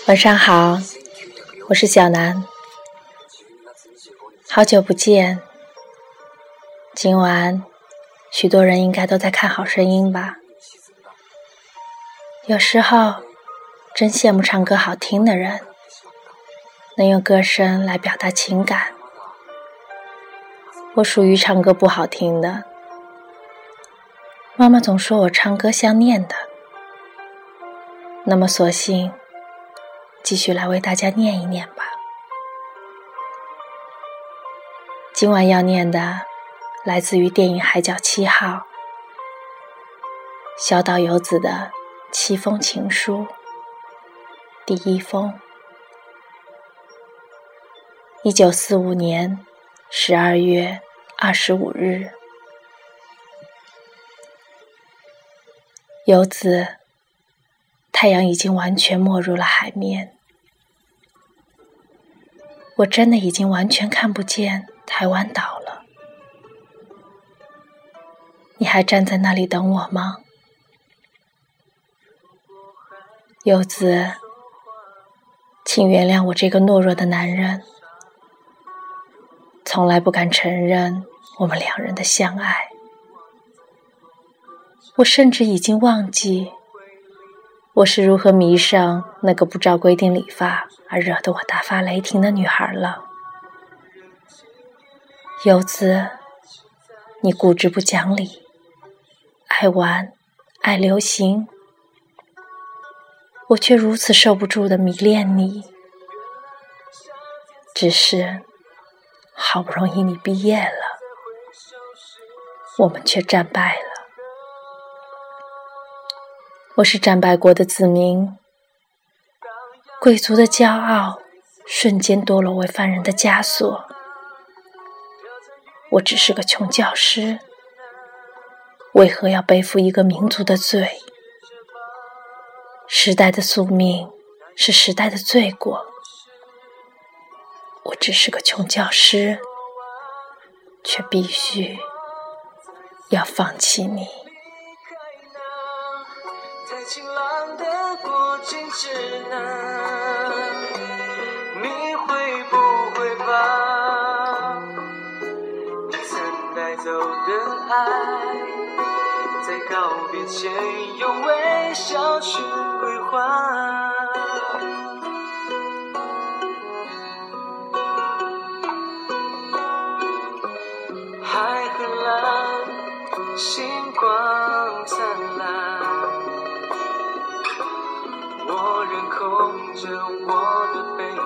晚上好，我是小南，好久不见。今晚许多人应该都在看好声音吧。有时候真羡慕唱歌好听的人，能用歌声来表达情感。我属于唱歌不好听的，妈妈总说我唱歌像念的，那么索性继续来为大家念一念吧。今晚要念的来自于电影《海角七号》，小岛游子的7封情书，第1封。1945年12月25日，游子，太阳已经完全没入了海面，我真的已经完全看不见台湾岛了。你还站在那里等我吗？游子，请原谅我这个懦弱的男人，从来不敢承认我们2人的相爱。我甚至已经忘记我是如何迷上那个不照规定理发而惹得我大发雷霆的女孩了。游子，你固执不讲理，爱玩爱流行，我却如此受不住地迷恋你。只是好不容易你毕业了，我们却战败了。我是战败国的子民，贵族的骄傲瞬间堕落为犯人的枷锁。我只是个穷教师，为何要背负一个民族的罪？时代的宿命是时代的罪过，我只是个穷教师，却必须要放弃你。 太晴朗的过境之南，你会不会把你曾带走的爱，在告别前用微笑去归还？海很蓝，星光灿烂，我仍空着我的臂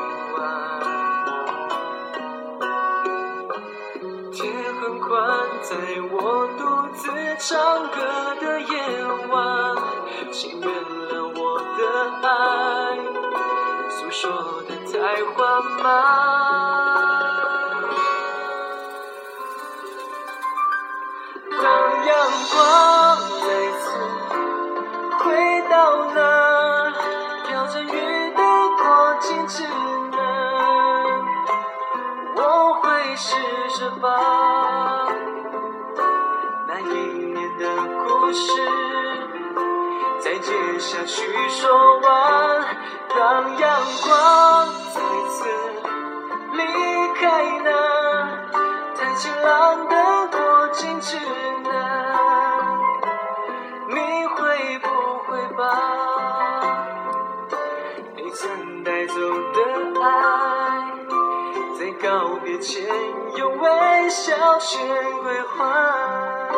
弯，天很宽，在我独自唱歌的夜晚，请原谅我的爱诉说的太缓慢。当阳光再次回到那飘着雨的过境之南，我会试着把那一年的故事再接下去说完。当阳光再次离开那太晴朗的过境之南，你会不会把你曾带走的爱，在告别前用微笑去归还？